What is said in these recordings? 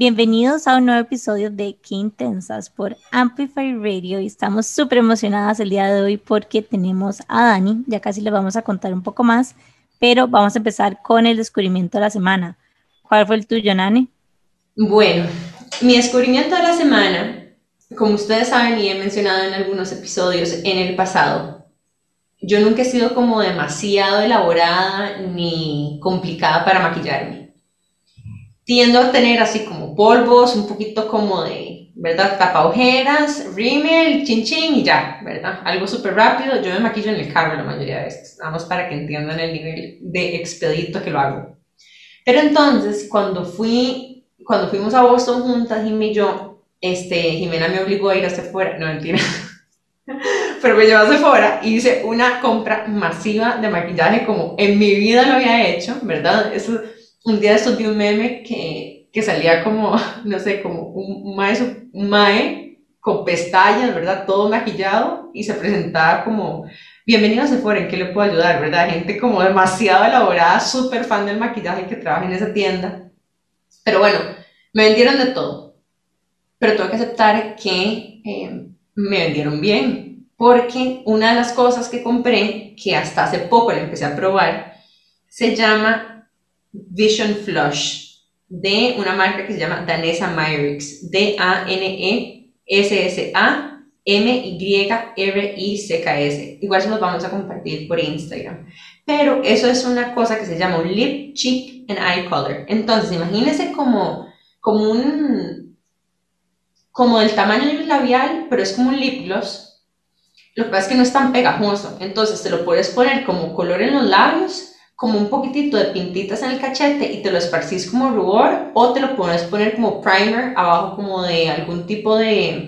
Bienvenidos a un nuevo episodio de Qué Intensas por Amplify Radio y estamos súper emocionadas el día de hoy porque tenemos a Dani, ya casi les vamos a contar un poco más, pero vamos a empezar con el descubrimiento de la semana. ¿Cuál fue el tuyo, Nani? Bueno, mi descubrimiento de la semana, como ustedes saben y he mencionado en algunos episodios en el pasado, yo nunca he sido como demasiado elaborada ni complicada para maquillarme. Tiendo a tener así como polvos, un poquito como de, ¿verdad? Tapa ojeras, rímel, chin chin y ya, ¿verdad? Algo súper rápido. Yo me maquillo en el carro la mayoría de veces, nada más para que entiendan el nivel de expedito que lo hago. Pero entonces, cuando fuimos a Boston juntas, Jimmy y yo, Jimena me obligó a ir a Sephora, no mentira, pero me llevó a Sephora y hice una compra masiva de maquillaje como en mi vida lo había hecho, ¿verdad? Eso, un día de estos vi un meme que salía como, no sé, como un mae con pestañas, ¿verdad? Todo maquillado y se presentaba como, bienvenido a Sephora, ¿en qué le puedo ayudar, verdad? Gente como demasiado elaborada, súper fan del maquillaje que trabaja en esa tienda. Pero bueno, me vendieron de todo, pero tengo que aceptar que me vendieron bien, porque una de las cosas que compré, que hasta hace poco la empecé a probar, se llama Vision Flush, de una marca que se llama Danessa Myricks, Danessa Myricks. Igual se los vamos a compartir por Instagram. Pero eso es una cosa que se llama un lip, cheek and eye color. Entonces, imagínense como del tamaño de un labial, pero es como un lip gloss. Lo que pasa es que no es tan pegajoso. Entonces, te lo puedes poner como color en los labios, como un poquitito de pintitas en el cachete y te lo esparcís como rubor, o te lo puedes poner como primer abajo, como de algún tipo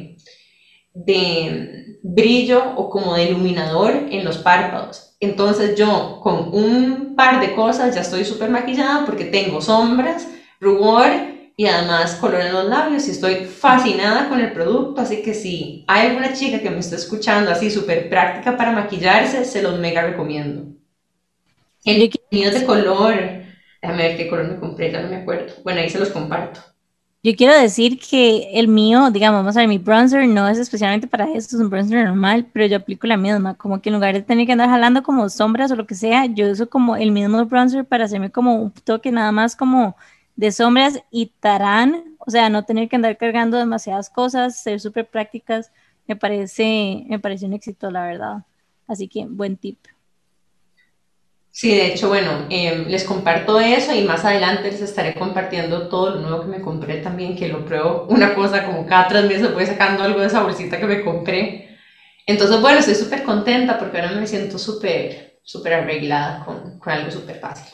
de brillo o como de iluminador en los párpados. Entonces yo con un par de cosas ya estoy súper maquillada porque tengo sombras, rubor y además color en los labios y estoy fascinada con el producto, así que si hay alguna chica que me está escuchando así súper práctica para maquillarse, se los mega recomiendo. Yo El quiero mío es de decir, color, déjame ver qué color me compré, ya no me acuerdo. Bueno, ahí se los comparto. yo quiero decir que el mío, digamos, vamos a ver, mi bronzer no es especialmente para eso, es un bronzer normal, pero yo aplico la misma, como que en lugar de tener que andar jalando como sombras o lo que sea, yo uso como el mismo bronzer para hacerme como un toque nada más como de sombras y tarán, o sea, no tener que andar cargando demasiadas cosas, ser súper prácticas, me parece un éxito, la verdad. Así que, buen tip. Sí, de hecho, bueno, les comparto eso y más adelante les estaré compartiendo todo lo nuevo que me compré también, que lo pruebo una cosa como cada 3 meses voy sacando algo de esa bolsita que me compré. Entonces, bueno, estoy súper contenta porque ahora me siento súper arreglada con algo súper fácil.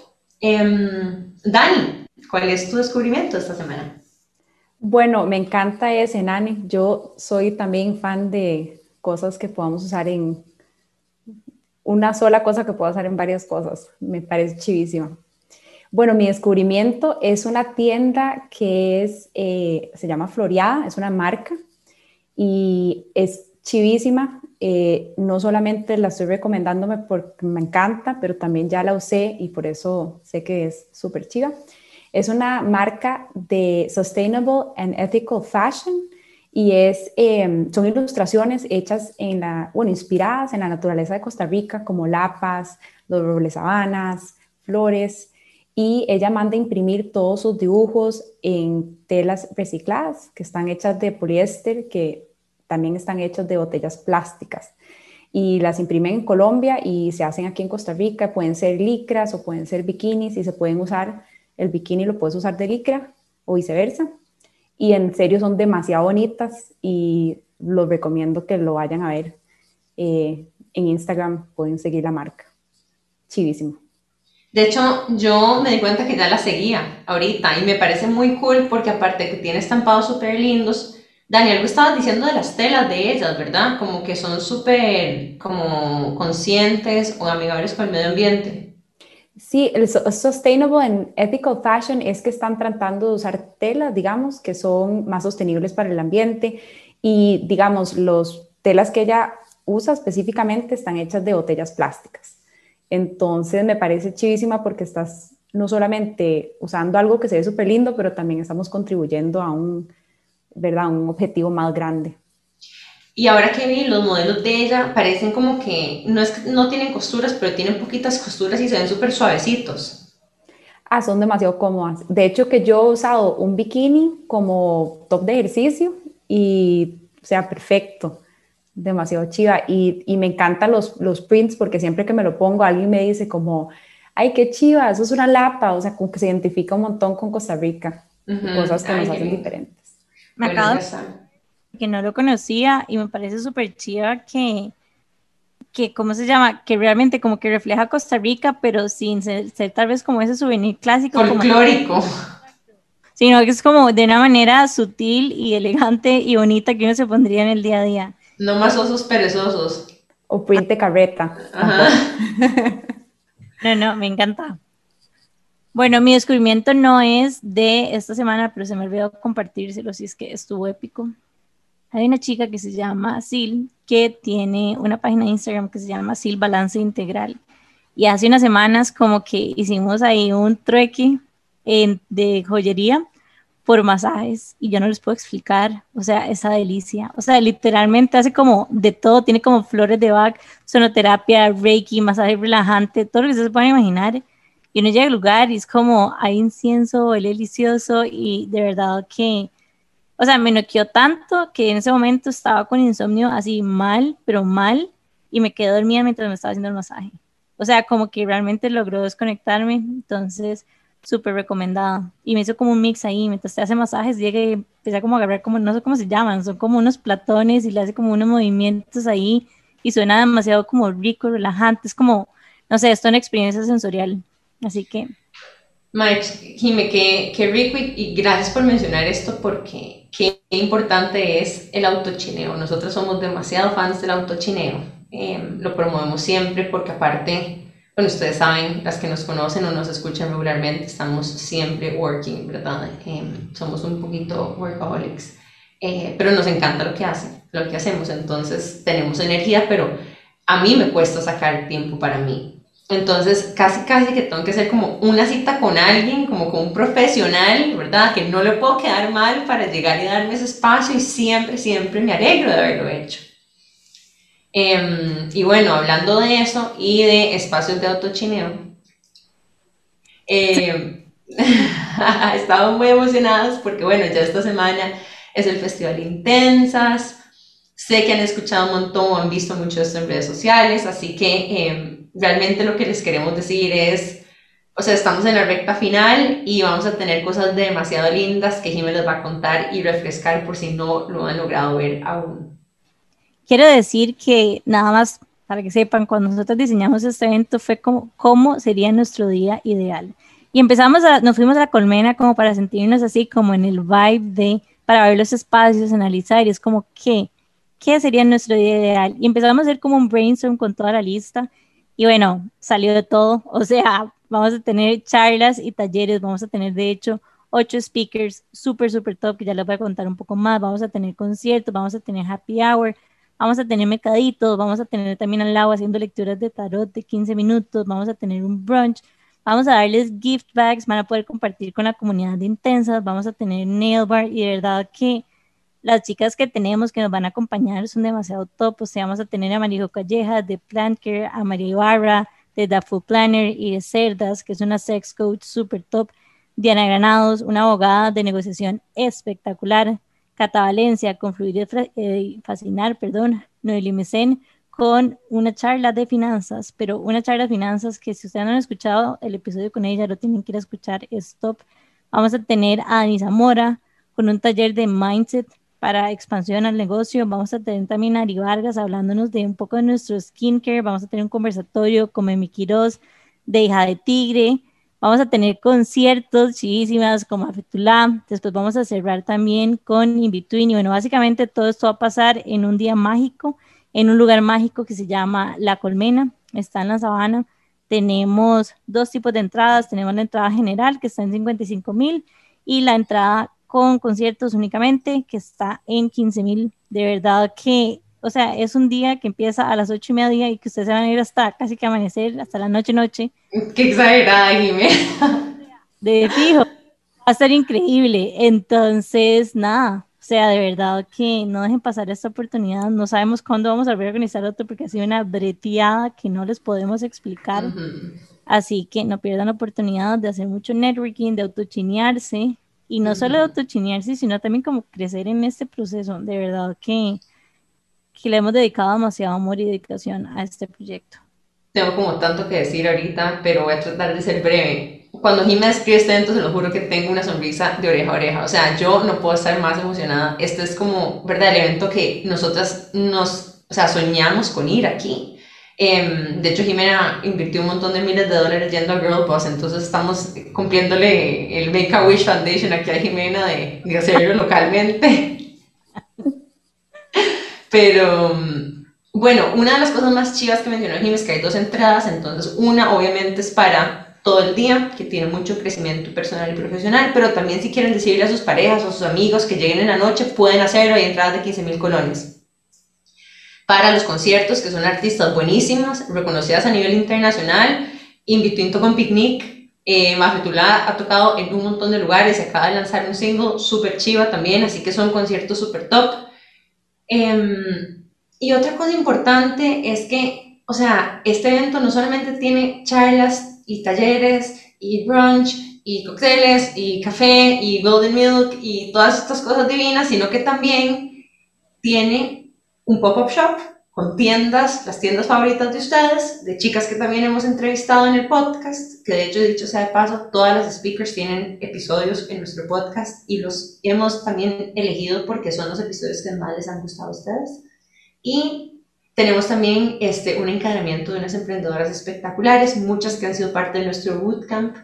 Dani, ¿cuál es tu descubrimiento esta semana? Bueno, me encanta ese, Nani. Yo soy también fan de cosas que podamos usar en una sola cosa que pueda usar en varias cosas. Me parece chivísima. Bueno, mi descubrimiento es una tienda que se llama Floreada, es una marca y es chivísima. No solamente la estoy recomendándome porque me encanta, pero también ya la usé y por eso sé que es súper chiva. Es una marca de Sustainable and Ethical Fashion y son ilustraciones hechas inspiradas en la naturaleza de Costa Rica, como lapas, los robles sabanas, flores, y ella manda imprimir todos sus dibujos en telas recicladas que están hechas de poliéster, que también están hechas de botellas plásticas. Y las imprimen en Colombia y se hacen aquí en Costa Rica. Pueden ser licras o pueden ser bikinis y se pueden usar, el bikini lo puedes usar de licra o viceversa. Y en serio son demasiado bonitas y los recomiendo que lo vayan a ver. En Instagram pueden seguir la marca. Chivísimo. De hecho, yo me di cuenta que ya la seguía ahorita y me parece muy cool porque aparte que tiene estampados súper lindos, Daniel, algo estabas diciendo de las telas de ellas, ¿verdad? Como que son súper como conscientes o amigables con el medio ambiente. Sí, el Sustainable and Ethical Fashion es que están tratando de usar telas, digamos, que son más sostenibles para el ambiente y, digamos, los telas que ella usa específicamente están hechas de botellas plásticas. Entonces me parece chivísima porque estás no solamente usando algo que se ve súper lindo, pero también estamos contribuyendo a ¿verdad? Un objetivo más grande. Y ahora que vi los modelos de ella, parecen como que no es que no tienen costuras, pero tienen poquitas costuras y se ven súper suavecitos. Son demasiado cómodas. De hecho, que yo he usado un bikini como top de ejercicio y, o sea, perfecto. Demasiado chiva. Y me encantan los prints porque siempre que me lo pongo, alguien me dice como, ay, qué chiva, eso es una lapa. O sea, como que se identifica un montón con Costa Rica y cosas que nos hacen diferentes. Me Bueno, acabo ya de está. que no lo conocía y me parece súper chiva ¿cómo se llama? Que realmente como que refleja Costa Rica, pero sin ser tal vez como ese souvenir clásico, como Folclórico. sino que es como de una manera sutil y elegante y bonita que uno se pondría en el día a día. No más osos perezosos. O print de carreta, Ajá. tampoco. No, no, me encanta. Bueno, mi descubrimiento no es de esta semana, pero se me olvidó compartírselo, si es que estuvo épico. Hay una chica que se llama Sil, que tiene una página de Instagram que se llama Sil Balance Integral. Y hace unas semanas como que hicimos ahí un trueque de joyería por masajes y yo no les puedo explicar, o sea, esa delicia. O sea, literalmente hace como de todo, tiene como flores de Bach, sonoterapia, reiki, masaje relajante, todo lo que se pueden imaginar. Y uno llega al lugar y es como, hay incienso, huele delicioso y de verdad que, o sea, me noqueó tanto que en ese momento estaba con insomnio así mal, pero mal, y me quedé dormida mientras me estaba haciendo el masaje. O sea, como que realmente logró desconectarme, entonces súper recomendada. Y me hizo como un mix ahí, mientras te hace masajes, llega y empieza como a agarrar como, no sé cómo se llaman, son como unos platones y le hace como unos movimientos ahí y suena demasiado como rico, relajante, es como, no sé, es toda una experiencia sensorial. Así que Mike, Jime, qué rico y gracias por mencionar esto porque qué importante es el autochineo. Nosotros somos demasiado fans del autochineo. Lo promovemos siempre porque aparte, bueno, ustedes saben, las que nos conocen o nos escuchan regularmente, estamos siempre working, ¿verdad? Somos un poquito workaholics, pero nos encanta lo que hacemos. Entonces tenemos energía, pero a mí me cuesta sacar tiempo para mí. Entonces, casi que tengo que hacer como una cita con alguien, como con un profesional, ¿verdad? Que no le puedo quedar mal para llegar y darme ese espacio y siempre me alegro de haberlo hecho. Y bueno, hablando de eso y de espacios de autochineo, estamos muy emocionados porque bueno, ya esta semana es el Festival Intensas. Sé que han escuchado un montón o han visto mucho esto en redes sociales, así que realmente lo que les queremos decir es, o sea, estamos en la recta final y vamos a tener cosas demasiado lindas que Jimmy les va a contar y refrescar por si no lo han logrado ver aún. quiero decir que nada más para que sepan, cuando nosotros diseñamos este evento fue como cómo sería nuestro día ideal. Y nos fuimos a la colmena como para sentirnos así como en el vibe para ver los espacios, analizar, y es como, ¿qué sería nuestro día ideal? Y empezamos a hacer como un brainstorm con toda la lista, y bueno, salió de todo, o sea, vamos a tener charlas y talleres, vamos a tener de hecho 8 speakers súper top, que ya les voy a contar un poco más, vamos a tener conciertos, vamos a tener happy hour, vamos a tener mercaditos, vamos a tener también al lado haciendo lecturas de tarot de 15 minutos, vamos a tener un brunch, vamos a darles gift bags, van a poder compartir con la comunidad de Intensas, vamos a tener nail bar y de verdad que las chicas que tenemos que nos van a acompañar son demasiado top, o sea, vamos a tener a Marijo Calleja de Plant Care, a María Ibarra de The Food Planner y de Cerdas, que es una sex coach super top, Diana Granados, una abogada de negociación espectacular, Cata Valencia con Fluir y Fascinar, perdón, Noeli Mecén con una charla de finanzas, pero una charla de finanzas que si ustedes no han escuchado el episodio con ella, lo tienen que ir a escuchar, es top. Vamos a tener a Dani Zamora con un taller de mindset para expansión al negocio. Vamos a tener también a Ari Vargas hablándonos de un poco de nuestro skincare. Vamos a tener un conversatorio con Memi Quiroz de Hija de Tigre. Vamos a tener conciertos chidísimas como Afetulá. Después vamos a cerrar también con In Between. Y bueno, básicamente todo esto va a pasar en un día mágico, en un lugar mágico que se llama La Colmena. Está en la Sabana. Tenemos 2 tipos de entradas. Tenemos la entrada general que está en 55,000 y la entrada con conciertos únicamente que está en 15,000. De verdad que, o sea, es un día que empieza a las 8:30 y que ustedes se van a ir hasta casi que amanecer, hasta la noche. Qué exagerada, Jimena. De fijo, va a estar increíble. Entonces, nada, o sea, de verdad que no dejen pasar esta oportunidad. No sabemos cuándo vamos a volver a organizar otro porque ha sido una breteada que no les podemos explicar. Así que no pierdan la oportunidad de hacer mucho networking, de autochinearse. Y no solo de autochinearse, sino también como crecer en este proceso. De verdad que le hemos dedicado demasiado amor y dedicación a este proyecto. Tengo como tanto que decir ahorita, pero voy a tratar de ser breve. Cuando Jimmy describe este evento, se lo juro que tengo una sonrisa de oreja a oreja. O sea, yo no puedo estar más emocionada. Este es como, ¿verdad? El evento que nosotras o sea, soñamos con ir aquí. De hecho, Jimena invirtió un montón de miles de dólares yendo a Girl Boss, entonces estamos cumpliéndole el Make a Wish Foundation aquí a Jimena de hacerlo localmente. Pero bueno, una de las cosas más chivas que mencionó Jim es que hay 2 entradas, entonces una obviamente es para todo el día, que tiene mucho crecimiento personal y profesional, pero también si quieren decirle a sus parejas o a sus amigos que lleguen en la noche, pueden hacerlo, hay entradas de 15,000 colones. Para los conciertos, que son artistas buenísimas, reconocidas a nivel internacional, In Between toca un picnic, Mafetullah ha tocado en un montón de lugares, acaba de lanzar un single súper chiva también, así que son conciertos súper top. Y otra cosa importante es que, o sea, este evento no solamente tiene charlas y talleres y brunch y cócteles y café y golden milk y todas estas cosas divinas, sino que también tiene un pop-up shop con tiendas, las tiendas favoritas de ustedes, de chicas que también hemos entrevistado en el podcast, que de hecho, dicho sea de paso, todas las speakers tienen episodios en nuestro podcast y los hemos también elegido porque son los episodios que más les han gustado a ustedes. Y tenemos también un encadenamiento de unas emprendedoras espectaculares, muchas que han sido parte de nuestro bootcamp,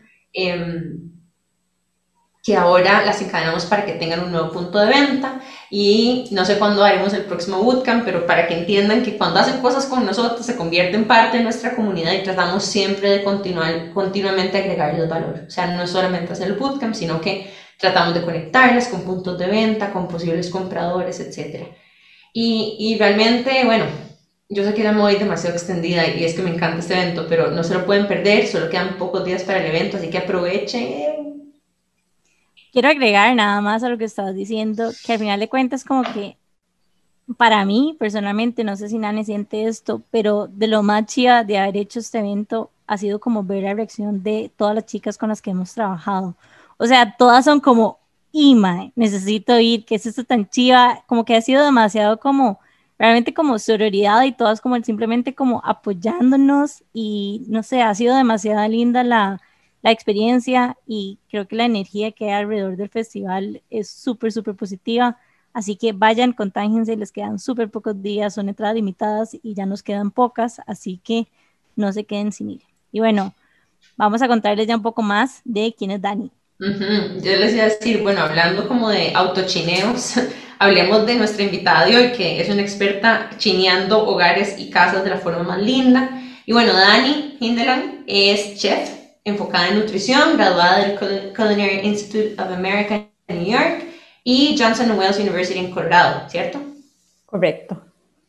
que ahora las encadenamos para que tengan un nuevo punto de venta. Y no sé cuándo haremos el próximo bootcamp, pero para que entiendan que cuando hacen cosas con nosotros se convierten parte de nuestra comunidad y tratamos siempre de continuamente agregarles valor. O sea, no es solamente hacer el bootcamp, sino que tratamos de conectarlas con puntos de venta, con posibles compradores, etc. Y realmente, bueno, yo sé que era muy demasiado extendida y es que me encanta este evento, pero no se lo pueden perder, solo quedan pocos días para el evento, así que aprovechen. Quiero agregar nada más a lo que estabas diciendo, que al final de cuentas como que para mí personalmente, no sé si Nani siente esto, pero de lo más chiva de haber hecho este evento ha sido como ver la reacción de todas las chicas con las que hemos trabajado. O sea, todas son como, mae, necesito ir, ¿qué es esto tan chiva? Como que ha sido demasiado como, realmente como sororidad y todas como simplemente como apoyándonos y no sé, ha sido demasiado linda la experiencia y creo que la energía que hay alrededor del festival es súper, súper positiva. Así que vayan, contágense, les quedan súper pocos días, son entradas limitadas y ya nos quedan pocas, así que no se queden sin ir. Y bueno, vamos a contarles ya un poco más de quién es Dani. Yo les iba a decir, bueno, hablando como de autochineos, hablemos de nuestra invitada de hoy, que es una experta chineando hogares y casas de la forma más linda. Y bueno, Dani Hindeland es chef, enfocada en nutrición, graduada del Culinary Institute of America en New York y Johnson Wales University en Colorado, ¿cierto? Correcto.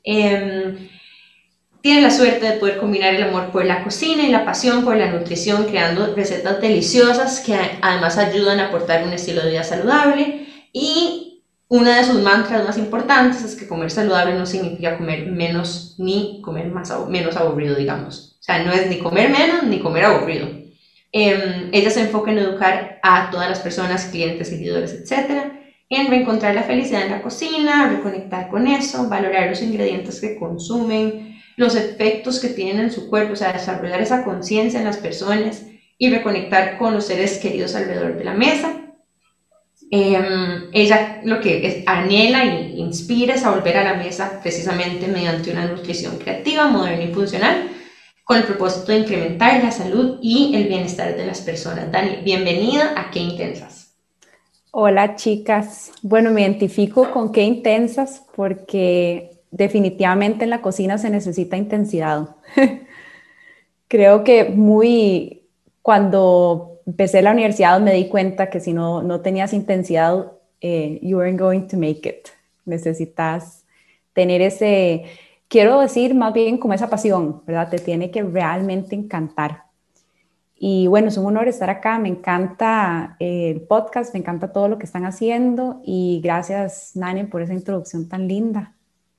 Tiene la suerte de poder combinar el amor por la cocina y la pasión por la nutrición, creando recetas deliciosas que además ayudan a aportar un estilo de vida saludable. Y una de sus mantras más importantes es que comer saludable no significa comer menos ni comer menos aburrido, digamos. O sea, no es ni comer menos ni comer aburrido. Ella se enfoca en educar a todas las personas, clientes, seguidores, etc., en reencontrar la felicidad en la cocina, reconectar con eso, valorar los ingredientes que consumen, los efectos que tienen en su cuerpo, o sea, desarrollar esa conciencia en las personas y reconectar con los seres queridos alrededor de la mesa. Ella lo que anhela e inspira es a volver a la mesa precisamente mediante una nutrición creativa, moderna y funcional, con el propósito de incrementar la salud y el bienestar de las personas. Dani, bienvenida a Qué Intensas. Hola chicas, bueno, me identifico con Qué Intensas porque definitivamente en la cocina se necesita intensidad. Creo que cuando empecé la universidad me di cuenta que si no tenías intensidad, you weren't going to make it. Necesitas tener ese, quiero decir más bien como esa pasión, ¿verdad? Te tiene que realmente encantar. Y bueno, es un honor estar acá, me encanta el podcast, me encanta todo lo que están haciendo y gracias, Nani, por esa introducción tan linda.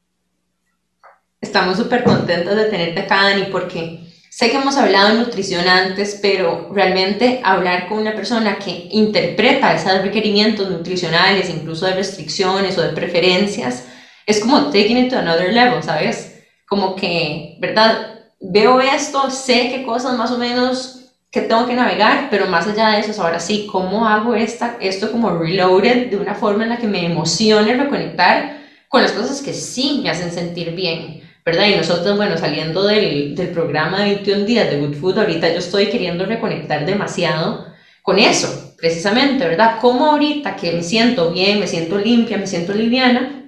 Estamos súper contentos de tenerte acá, Dani, porque sé que hemos hablado de nutrición antes, pero realmente hablar con una persona que interpreta esos requerimientos nutricionales, incluso de restricciones o de preferencias, es como taking it to another level, ¿sabes? Como que, ¿verdad? Veo esto, sé qué cosas más o menos que tengo que navegar, pero más allá de eso, ahora sí, ¿cómo hago esto como reloaded de una forma en la que me emocione reconectar con las cosas que sí me hacen sentir bien? ¿Verdad? Y nosotros, bueno, saliendo del programa de 21 días de Good Food, ahorita yo estoy queriendo reconectar demasiado con eso, precisamente, ¿verdad? Como ahorita que me siento bien, me siento limpia, me siento liviana,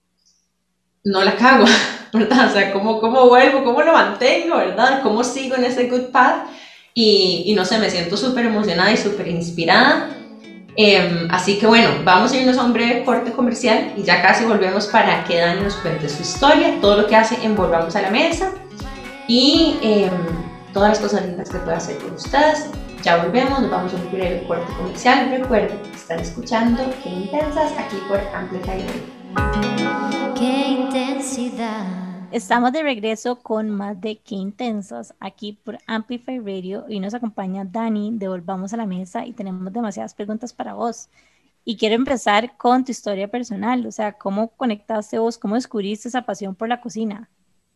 no la cago, ¿verdad? O sea, ¿cómo vuelvo? ¿Cómo lo mantengo? ¿Verdad? ¿Cómo sigo en ese good path? Y no sé, me siento súper emocionada y súper inspirada. Así que bueno, vamos a irnos a un breve corte comercial y ya casi volvemos para que Dani nos cuente su historia, todo lo que hace en Volvamos a la Mesa y todas las cosas lindas que puede hacer con ustedes. Ya volvemos, nos vamos a un breve corte comercial. Recuerden que están escuchando Qué Intensas aquí por Amplify Radio. Qué intensidad. Estamos de regreso con más de Qué Intensas aquí por Amplify Radio y nos acompaña Dani de Volvamos a la Mesa y tenemos demasiadas preguntas para vos. Y quiero empezar con tu historia personal, o sea, ¿cómo conectaste vos, cómo descubriste esa pasión por la cocina?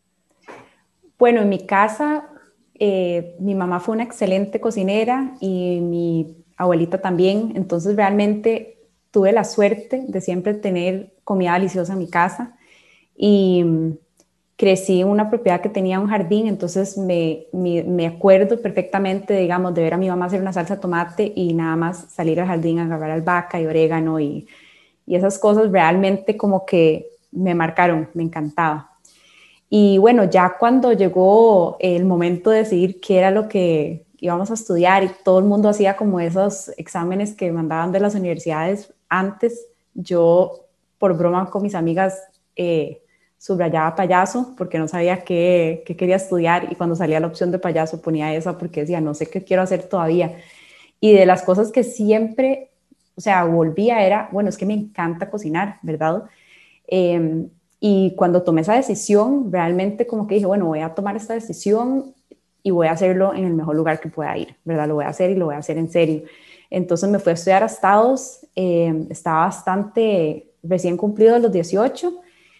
Bueno, en mi casa, mi mamá fue una excelente cocinera y mi abuelita también, entonces realmente tuve la suerte de siempre tener comida deliciosa en mi casa y crecí en una propiedad que tenía un jardín, entonces me acuerdo perfectamente, digamos, de ver a mi mamá hacer una salsa de tomate y nada más salir al jardín a agarrar albahaca y orégano y esas cosas realmente como que me marcaron, me encantaba. Y bueno, ya cuando llegó el momento de decidir qué era lo que íbamos a estudiar y todo el mundo hacía como esos exámenes que mandaban de las universidades antes, yo por broma con mis amigas subrayaba payaso porque no sabía qué quería estudiar y cuando salía la opción de payaso ponía esa porque decía no sé qué quiero hacer todavía. Y de las cosas que siempre, o sea, volvía era, bueno, es que me encanta cocinar, ¿verdad? Y cuando tomé esa decisión, realmente como que dije, bueno, voy a tomar esta decisión y voy a hacerlo en el mejor lugar que pueda ir, ¿verdad? Lo voy a hacer y lo voy a hacer en serio. Entonces me fui a estudiar a Estados, estaba bastante recién cumplido los 18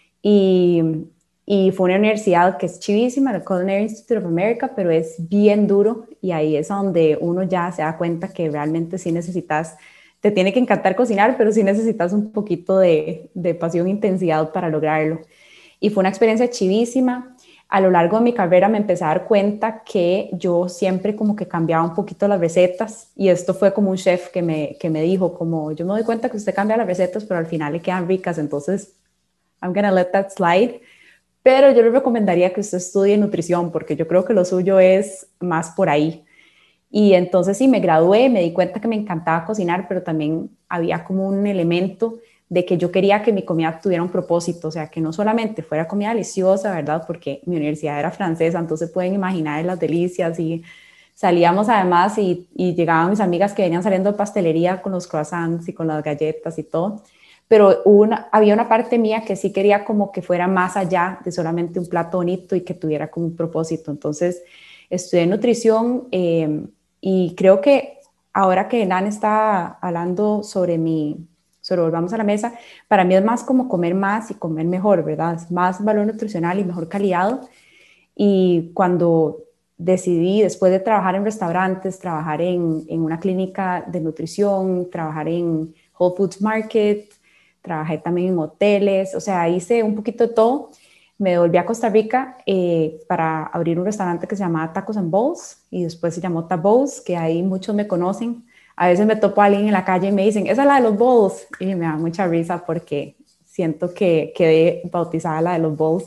y, y fue una universidad que es chivísima, el Culinary Institute of America, pero es bien duro y ahí es donde uno ya se da cuenta que realmente sí necesitas, te tiene que encantar cocinar, pero sí necesitas un poquito de pasión e intensidad para lograrlo. Y fue una experiencia chivísima. A lo largo de mi carrera me empecé a dar cuenta que yo siempre como que cambiaba un poquito las recetas y esto fue como un chef que me dijo como yo me doy cuenta que usted cambia las recetas pero al final le quedan ricas, entonces I'm gonna let that slide. Pero yo le recomendaría que usted estudie nutrición porque yo creo que lo suyo es más por ahí. Y entonces sí, me gradué, me di cuenta que me encantaba cocinar, pero también había como un elemento de que yo quería que mi comida tuviera un propósito, o sea, que no solamente fuera comida deliciosa, ¿verdad? Porque mi universidad era francesa, entonces pueden imaginar las delicias y salíamos además y llegaban mis amigas que venían saliendo de pastelería con los croissants y con las galletas y todo, pero había una parte mía que sí quería como que fuera más allá de solamente un plato bonito y que tuviera como un propósito. Entonces estudié nutrición y creo que ahora que Nan está hablando sobre Volvamos a la Mesa, para mí es más como comer más y comer mejor, ¿verdad? Es más valor nutricional y mejor calidad. Y cuando decidí, después de trabajar en restaurantes, trabajar en una clínica de nutrición, trabajar en Whole Foods Market, trabajé también en hoteles, o sea, hice un poquito de todo. Me volví a Costa Rica para abrir un restaurante que se llamaba Tacos and Bowls y después se llamó Tabous, que ahí muchos me conocen. A veces me topo a alguien en la calle y me dicen, esa es la de los bowls. Y me da mucha risa porque siento que quedé bautizada la de los bowls.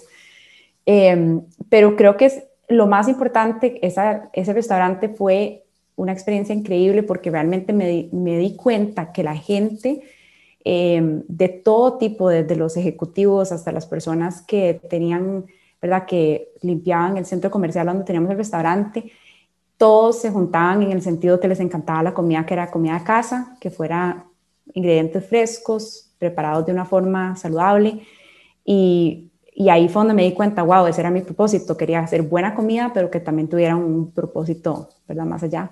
Pero creo que es lo más importante, ese restaurante fue una experiencia increíble porque realmente me di cuenta que la gente de todo tipo, desde los ejecutivos hasta las personas que tenían, ¿verdad?, que limpiaban el centro comercial donde teníamos el restaurante. Todos se juntaban en el sentido que les encantaba la comida, que era comida de casa, que fuera ingredientes frescos, preparados de una forma saludable. Y ahí fue donde me di cuenta, wow, ese era mi propósito. Quería hacer buena comida, pero que también tuviera un propósito, ¿verdad?, más allá.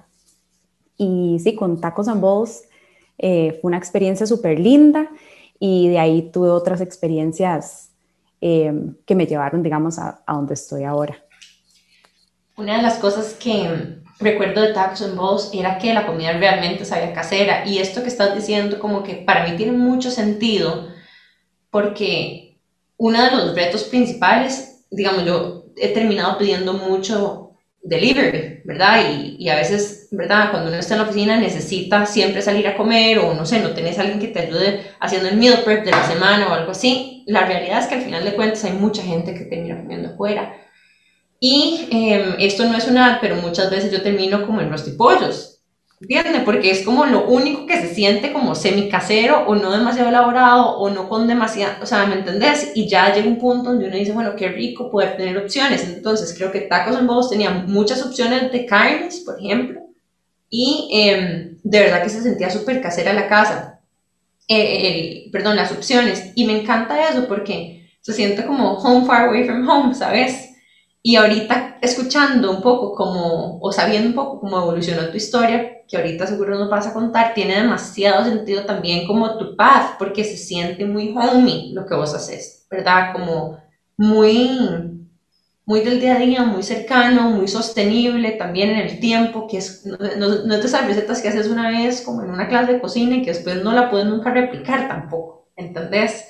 Y sí, con Tacos and Balls fue una experiencia súper linda, y de ahí tuve otras experiencias que me llevaron, digamos, a donde estoy ahora. Una de las cosas que recuerdo de Tacos and Balls era que la comida realmente sabía casera, y esto que estás diciendo como que para mí tiene mucho sentido, porque uno de los retos principales, digamos, yo he terminado pidiendo mucho delivery, ¿verdad? Y a veces, ¿verdad?, cuando uno está en la oficina necesita siempre salir a comer, o no sé, no tenés a alguien que te ayude haciendo el meal prep de la semana o algo así. La realidad es que al final de cuentas hay mucha gente que termina comiendo afuera. Y esto no es una, pero muchas veces yo termino como en rostipollos, ¿entiendes? Porque es como lo único que se siente como semi casero, o no demasiado elaborado, o no con demasiado, o sea, ¿me entendés? Y ya llega un punto donde uno dice, bueno, qué rico poder tener opciones. Entonces creo que Tacos and Balls tenía muchas opciones de carnes, por ejemplo, y de verdad que se sentía súper casera la casa, perdón, las opciones. Y me encanta eso porque se siente como home far away from home, ¿sabes? Y ahorita escuchando un poco como, o sabiendo un poco cómo evolucionó tu historia, que ahorita seguro nos vas a contar, tiene demasiado sentido también como tu path, porque se siente muy homey lo que vos haces, ¿verdad? Como muy, muy del día a día, muy cercano, muy sostenible también en el tiempo, que es, no es de esas recetas que haces una vez como en una clase de cocina y que después no la puedes nunca replicar tampoco, ¿entendés?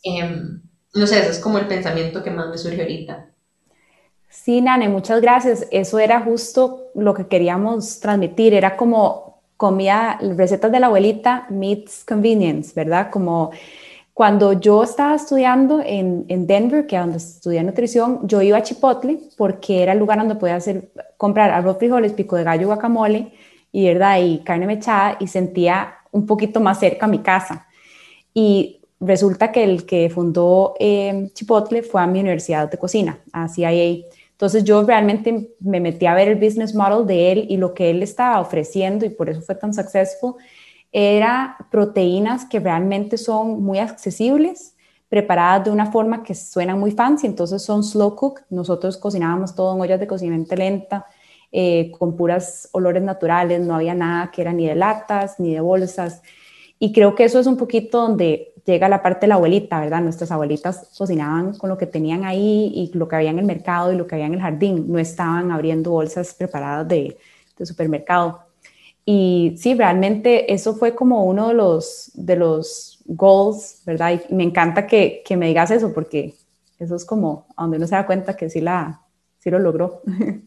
No sé, ese es como el pensamiento que más me surge ahorita. Sí, Nane, muchas gracias. Eso era justo lo que queríamos transmitir. Era como comida, recetas de la abuelita meets convenience, ¿verdad? Como cuando yo estaba estudiando en Denver, que es donde estudié nutrición, yo iba a Chipotle porque era el lugar donde podía comprar arroz, frijoles, pico de gallo, guacamole y, ¿verdad?, y carne mechada, y sentía un poquito más cerca a mi casa. Y resulta que el que fundó Chipotle fue a mi universidad de cocina, a CIA. Entonces yo realmente me metí a ver el business model de él y lo que él estaba ofreciendo, y por eso fue tan successful, era proteínas que realmente son muy accesibles, preparadas de una forma que suenan muy fancy. Entonces son slow cook. Nosotros cocinábamos todo en ollas de cocimiento lenta, con puras olores naturales. No había nada que era ni de latas ni de bolsas. Y creo que eso es un poquito donde llega la parte de la abuelita, ¿verdad? Nuestras abuelitas cocinaban con lo que tenían ahí y lo que había en el mercado y lo que había en el jardín. No estaban abriendo bolsas preparadas de supermercado. Y sí, realmente eso fue como uno de los goals, ¿verdad? Y me encanta que me digas eso, porque eso es como a donde uno se da cuenta que sí lo logró.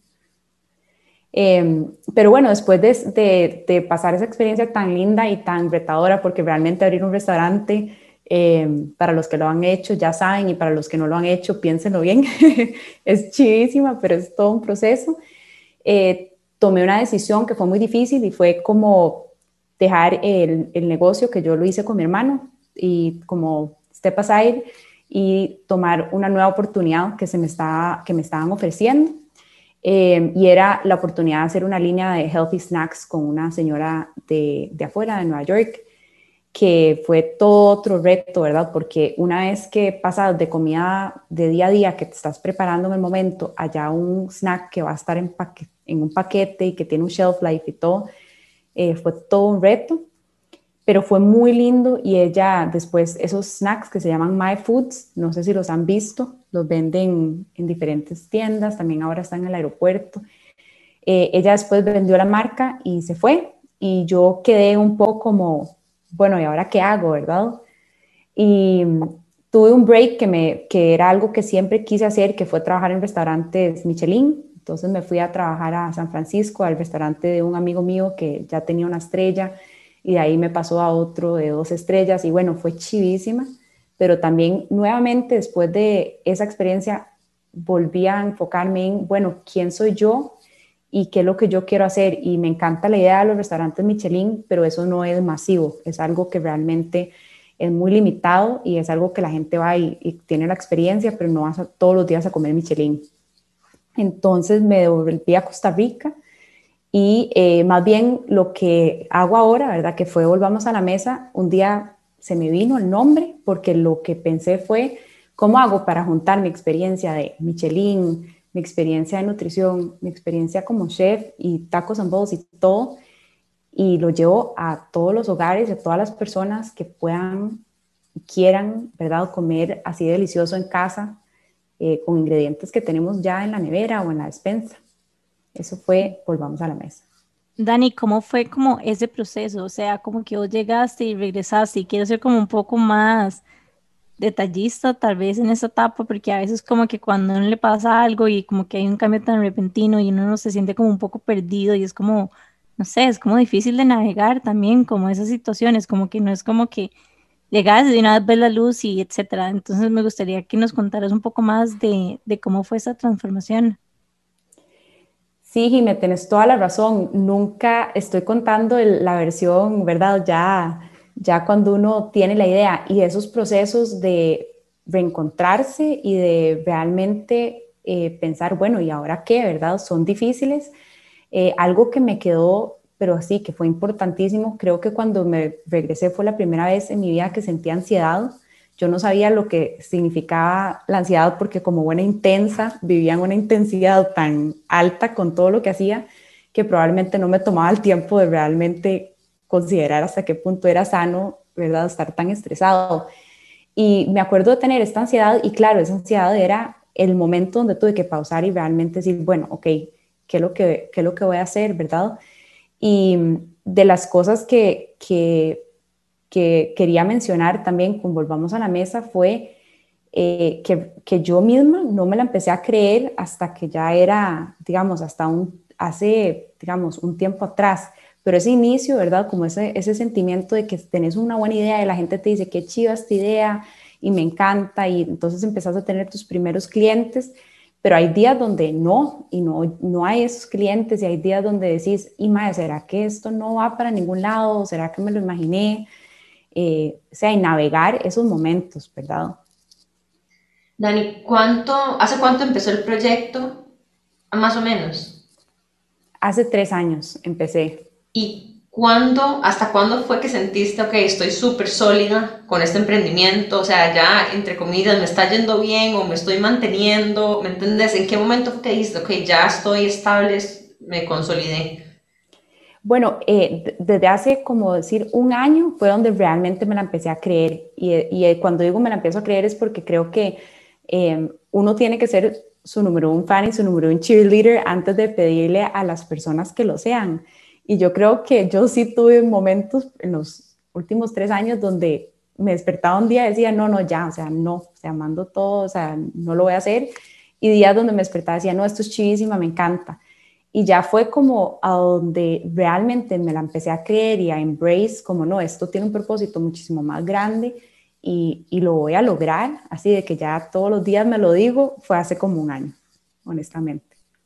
Pero bueno, después de pasar esa experiencia tan linda y tan retadora, porque realmente abrir un restaurante, para los que lo han hecho ya saben, y para los que no lo han hecho, piénsenlo bien, es chivísima, pero es todo un proceso. Tomé una decisión que fue muy difícil, y fue como dejar el negocio, que yo lo hice con mi hermano, y como step aside, y tomar una nueva oportunidad que me estaban ofreciendo. Y era la oportunidad de hacer una línea de healthy snacks con una señora de afuera, de Nueva York, que fue todo otro reto, ¿verdad? Porque una vez que pasas de comida de día a día que te estás preparando en el momento, allá un snack que va a estar en un paquete y que tiene un shelf life y todo, fue todo un reto, pero fue muy lindo. Y ella después, esos snacks que se llaman My Foods, no sé si los han visto, los venden en diferentes tiendas, también ahora están en el aeropuerto. Ella después vendió la marca y se fue, y yo quedé un poco como, bueno, ¿y ahora qué hago, verdad? Y tuve un break que era algo que siempre quise hacer, que fue trabajar en restaurantes Michelin. Entonces me fui a trabajar a San Francisco, al restaurante de un amigo mío que ya tenía una estrella, y de ahí me pasó a otro de 2 estrellas, y bueno, fue chivísima. Pero también nuevamente después de esa experiencia volví a enfocarme en, bueno, ¿quién soy yo y qué es lo que yo quiero hacer? Y me encanta la idea de los restaurantes Michelin, pero eso no es masivo, es algo que realmente es muy limitado y es algo que la gente va y tiene la experiencia, pero no vas todos los días a comer Michelin. Entonces me devolví a Costa Rica y más bien lo que hago ahora, ¿verdad? Que fue Volvamos a la Mesa, un día se me vino el nombre porque lo que pensé fue, ¿cómo hago para juntar mi experiencia de Michelin, mi experiencia de nutrición, mi experiencia como chef y tacos and bowls y todo? Y lo llevo a todos los hogares, a todas las personas que puedan, quieran, ¿verdad? Comer así delicioso en casa, con ingredientes que tenemos ya en la nevera o en la despensa. Eso fue Volvamos a la Mesa. Dani, ¿cómo fue como ese proceso? O sea, como que vos llegaste y regresaste y quiero ser como un poco más detallista tal vez en esa etapa, porque a veces como que cuando a uno le pasa algo y como que hay un cambio tan repentino y uno no se siente como un poco perdido y es como, no sé, es como difícil de navegar también como esas situaciones, como que no es como que llegas y de una vez ves la luz y etcétera. Entonces me gustaría que nos contaras un poco más de cómo fue esa transformación. Sí, Jimé, tienes toda la razón. Nunca estoy contando la versión, ¿verdad? Ya cuando uno tiene la idea y esos procesos de reencontrarse y de realmente pensar, bueno, ¿y ahora qué, verdad? Son difíciles. Algo que me quedó, pero sí, que fue importantísimo, creo que cuando me regresé fue la primera vez en mi vida que sentí ansiedad. Yo no sabía lo que significaba la ansiedad porque como buena intensa, vivía en una intensidad tan alta con todo lo que hacía que probablemente no me tomaba el tiempo de realmente considerar hasta qué punto era sano, ¿verdad? Estar tan estresado. Y me acuerdo de tener esta ansiedad y claro, esa ansiedad era el momento donde tuve que pausar y realmente decir, bueno, ok, qué es lo que voy a hacer, ¿verdad? Y de las cosas que quería mencionar también, con Volvamos a la Mesa, fue que yo misma no me la empecé a creer hasta que ya era, digamos, hace, digamos, un tiempo atrás. Pero ese inicio, ¿verdad? Como ese sentimiento de que tenés una buena idea y la gente te dice, qué chiva esta idea y me encanta, y entonces empezás a tener tus primeros clientes, pero hay días donde no, y no hay esos clientes, y hay días donde decís, y madre, ¿será que esto no va para ningún lado? ¿Será que me lo imaginé? O sea, y navegar esos momentos, ¿verdad? Dani, hace cuánto empezó el proyecto? Más o menos. Hace 3 años empecé. ¿Y hasta cuándo fue que sentiste, ok, estoy súper sólida con este emprendimiento? O sea, ya, entre comillas, me está yendo bien o me estoy manteniendo, ¿me entiendes? ¿En qué momento fue que dijiste, ok, ya estoy estable, me consolidé? Bueno, desde hace como decir un año fue donde realmente me la empecé a creer. Y cuando digo me la empiezo a creer es porque creo que uno tiene que ser su número un fan y su número un cheerleader antes de pedirle a las personas que lo sean. Y yo creo que yo sí tuve momentos en los últimos 3 años donde me despertaba un día y decía, no, no, ya, o sea, no, o sea, mando todo, o sea, no lo voy a hacer. Y días donde me despertaba y decía, no, esto es chivísima, me encanta. Y ya fue como a donde realmente me la empecé a creer y a embrace, como no, esto tiene un propósito muchísimo más grande y lo voy a lograr, así de que ya todos los días me lo digo, fue hace como un año, honestamente.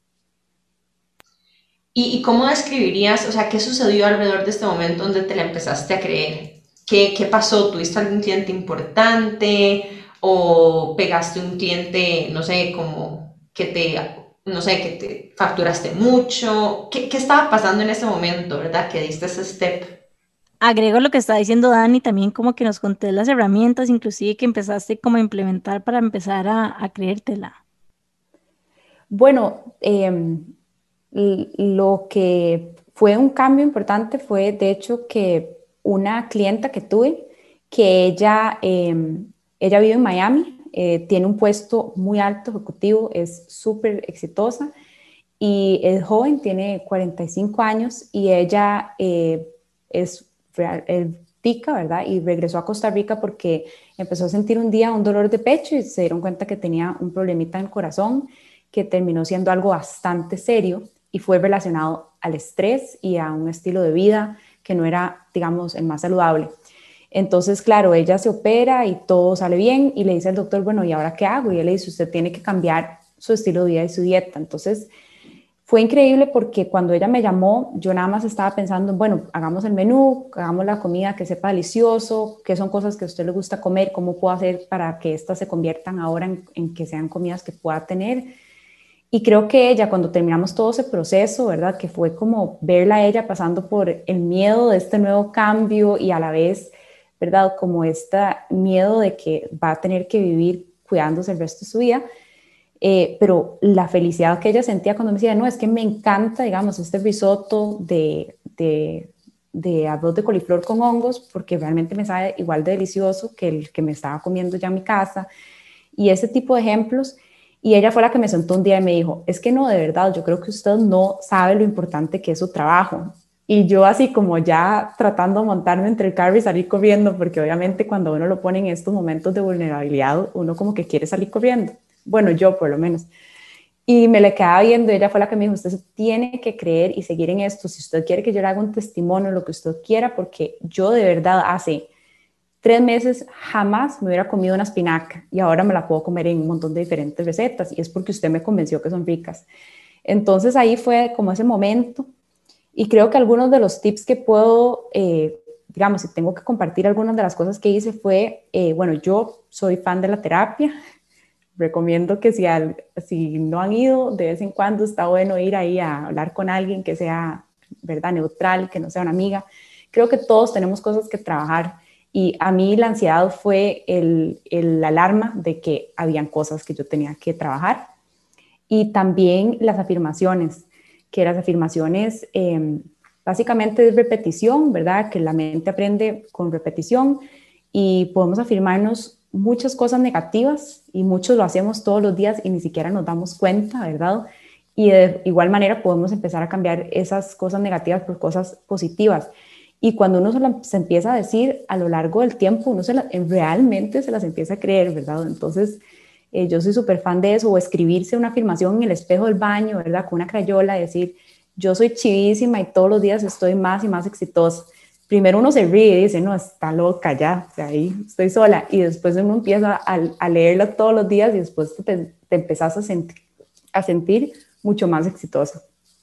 ¿Y cómo describirías, o sea, qué sucedió alrededor de este momento donde te la empezaste a creer? ¿Qué pasó? ¿Tuviste algún cliente importante o pegaste un cliente, no sé, como no sé, que te facturaste mucho? ¿Qué estaba pasando en ese momento, verdad? Que diste ese step. Agrego lo que está diciendo Dani, también como que nos conté las herramientas, inclusive que empezaste como a implementar para empezar a creértela. Bueno, lo que fue un cambio importante fue, de hecho, que una clienta que tuve, que ella vive en Miami, tiene un puesto muy alto ejecutivo, es súper exitosa y es joven, tiene 45 años y ella es tica, ¿verdad? Y regresó a Costa Rica porque empezó a sentir un día un dolor de pecho y se dieron cuenta que tenía un problemita en el corazón que terminó siendo algo bastante serio y fue relacionado al estrés y a un estilo de vida que no era, digamos, el más saludable. Entonces, claro, ella se opera y todo sale bien y le dice al doctor, bueno, ¿y ahora qué hago? Y él le dice, usted tiene que cambiar su estilo de vida y su dieta. Entonces, fue increíble porque cuando ella me llamó, yo nada más estaba pensando, bueno, hagamos el menú, hagamos la comida que sepa delicioso, qué son cosas que a usted le gusta comer, cómo puedo hacer para que estas se conviertan ahora en que sean comidas que pueda tener. Y creo que ella, cuando terminamos todo ese proceso, ¿verdad? Que fue como verla a ella pasando por el miedo de este nuevo cambio y a la vez, ¿verdad? Como este miedo de que va a tener que vivir cuidándose el resto de su vida. Pero la felicidad que ella sentía cuando me decía, no, es que me encanta, digamos, este risotto de arroz de coliflor con hongos, porque realmente me sabe igual de delicioso que el que me estaba comiendo ya en mi casa, y ese tipo de ejemplos. Y ella fue la que me sentó un día y me dijo, es que no, de verdad, yo creo que usted no sabe lo importante que es su trabajo. Y yo así como ya tratando de montarme entre el carro y salir corriendo, porque obviamente cuando uno lo pone en estos momentos de vulnerabilidad, uno como que quiere salir corriendo. Bueno, yo por lo menos. Y me le quedaba viendo, ella fue la que me dijo, usted tiene que creer y seguir en esto, si usted quiere que yo le haga un testimonio, lo que usted quiera, porque yo de verdad hace 3 meses jamás me hubiera comido una espinaca y ahora me la puedo comer en un montón de diferentes recetas y es porque usted me convenció que son ricas. Entonces ahí fue como ese momento y creo que algunos de los tips que puedo, digamos, si tengo que compartir algunas de las cosas que hice fue, bueno, yo soy fan de la terapia, recomiendo que si no han ido, de vez en cuando está bueno ir ahí a hablar con alguien que sea, ¿verdad?, neutral, que no sea una amiga. Creo que todos tenemos cosas que trabajar y a mí la ansiedad fue el alarma de que habían cosas que yo tenía que trabajar. Y también las afirmaciones, que las afirmaciones básicamente es repetición, ¿verdad? Que la mente aprende con repetición y podemos afirmarnos muchas cosas negativas y muchos lo hacemos todos los días y ni siquiera nos damos cuenta, ¿verdad? Y de igual manera podemos empezar a cambiar esas cosas negativas por cosas positivas. Y cuando uno se empieza a decir a lo largo del tiempo, uno realmente se las empieza a creer, ¿verdad? Entonces, yo soy súper fan de eso, o escribirse una afirmación en el espejo del baño, ¿verdad? Con una crayola, decir, yo soy chivísima y todos los días estoy más y más exitosa. Primero uno se ríe y dice, no, está loca ya, o sea, ahí estoy sola. Y después uno empieza a leerla todos los días y después te empezás a sentir mucho más exitosa.